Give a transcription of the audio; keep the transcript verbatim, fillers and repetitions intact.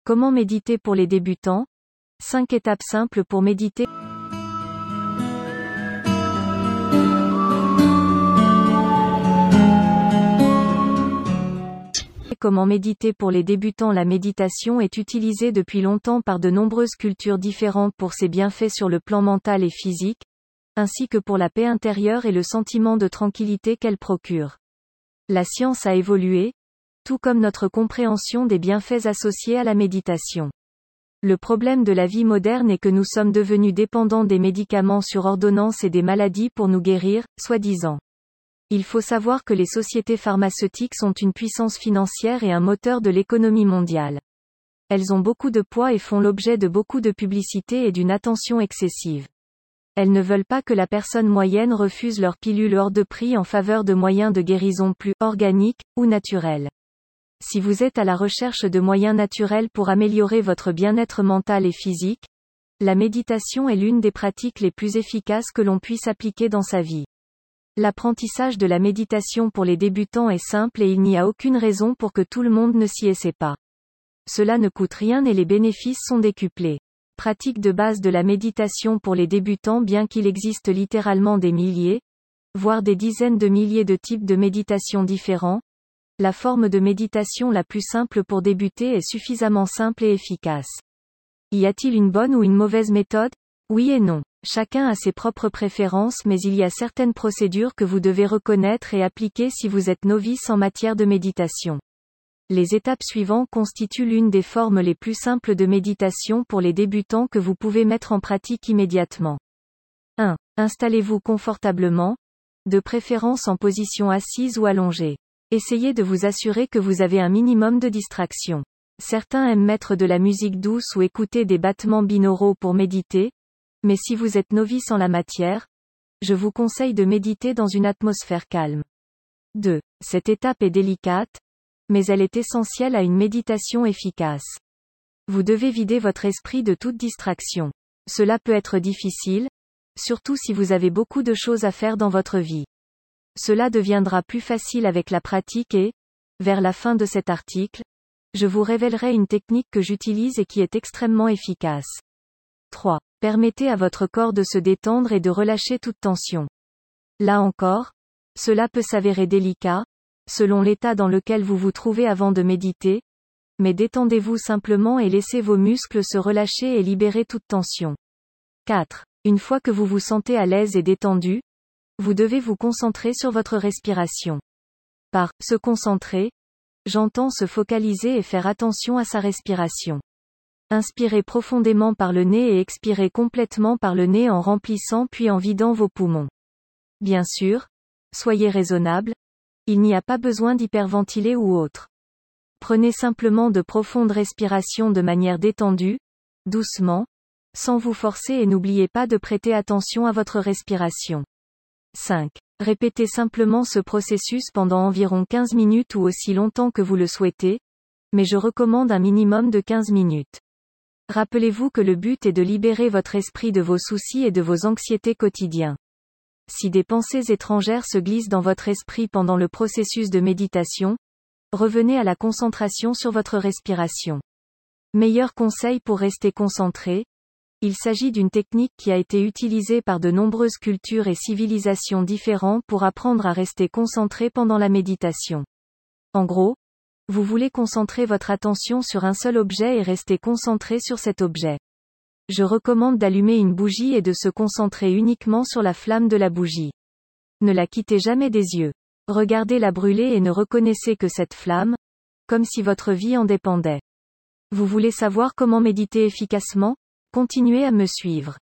Comment méditer pour les débutants? cinq étapes simples pour méditer. Comment méditer pour les débutants? La méditation est utilisée depuis longtemps par de nombreuses cultures différentes pour ses bienfaits sur le plan mental et physique, ainsi que pour la paix intérieure et le sentiment de tranquillité qu'elle procure. La science a évolué, tout comme notre compréhension des bienfaits associés à la méditation. Le problème de la vie moderne est que nous sommes devenus dépendants des médicaments sur ordonnance et des maladies pour nous guérir, soi-disant. Il faut savoir que les sociétés pharmaceutiques sont une puissance financière et un moteur de l'économie mondiale. Elles ont beaucoup de poids et font l'objet de beaucoup de publicité et d'une attention excessive. Elles ne veulent pas que la personne moyenne refuse leurs pilules hors de prix en faveur de moyens de guérison plus organiques ou naturels. Si vous êtes à la recherche de moyens naturels pour améliorer votre bien-être mental et physique, la méditation est l'une des pratiques les plus efficaces que l'on puisse appliquer dans sa vie. L'apprentissage de la méditation pour les débutants est simple et il n'y a aucune raison pour que tout le monde ne s'y essaie pas. Cela ne coûte rien et les bénéfices sont décuplés. Pratique de base de la méditation pour les débutants. Bien qu'il existe littéralement des milliers, voire des dizaines de milliers de types de méditation différents, la forme de méditation la plus simple pour débuter est suffisamment simple et efficace. Y a-t-il une bonne ou une mauvaise méthode? Oui et non. Chacun a ses propres préférences, mais il y a certaines procédures que vous devez reconnaître et appliquer si vous êtes novice en matière de méditation. Les étapes suivantes constituent l'une des formes les plus simples de méditation pour les débutants que vous pouvez mettre en pratique immédiatement. un. Installez-vous confortablement, de préférence en position assise ou allongée. Essayez de vous assurer que vous avez un minimum de distraction. Certains aiment mettre de la musique douce ou écouter des battements binauraux pour méditer, mais si vous êtes novice en la matière, je vous conseille de méditer dans une atmosphère calme. deux. Cette étape est délicate, mais elle est essentielle à une méditation efficace. Vous devez vider votre esprit de toute distraction. Cela peut être difficile, surtout si vous avez beaucoup de choses à faire dans votre vie. Cela deviendra plus facile avec la pratique et, vers la fin de cet article, je vous révélerai une technique que j'utilise et qui est extrêmement efficace. trois. Permettez à votre corps de se détendre et de relâcher toute tension. Là encore, cela peut s'avérer délicat, selon l'état dans lequel vous vous trouvez avant de méditer, mais détendez-vous simplement et laissez vos muscles se relâcher et libérer toute tension. quatre. Une fois que vous vous sentez à l'aise et détendu, vous devez vous concentrer sur votre respiration. Par « se concentrer », j'entends se focaliser et faire attention à sa respiration. Inspirez profondément par le nez et expirez complètement par le nez en remplissant puis en vidant vos poumons. Bien sûr, soyez raisonnable, il n'y a pas besoin d'hyperventiler ou autre. Prenez simplement de profondes respirations de manière détendue, doucement, sans vous forcer et n'oubliez pas de prêter attention à votre respiration. cinq. Répétez simplement ce processus pendant environ quinze minutes ou aussi longtemps que vous le souhaitez, mais je recommande un minimum de quinze minutes. Rappelez-vous que le but est de libérer votre esprit de vos soucis et de vos anxiétés quotidiens. Si des pensées étrangères se glissent dans votre esprit pendant le processus de méditation, revenez à la concentration sur votre respiration. Meilleur conseil pour rester concentré, il s'agit d'une technique qui a été utilisée par de nombreuses cultures et civilisations différentes pour apprendre à rester concentré pendant la méditation. En gros, vous voulez concentrer votre attention sur un seul objet et rester concentré sur cet objet. Je recommande d'allumer une bougie et de se concentrer uniquement sur la flamme de la bougie. Ne la quittez jamais des yeux. Regardez-la brûler et ne reconnaissez que cette flamme, comme si votre vie en dépendait. Vous voulez savoir comment méditer efficacement? Continuez à me suivre.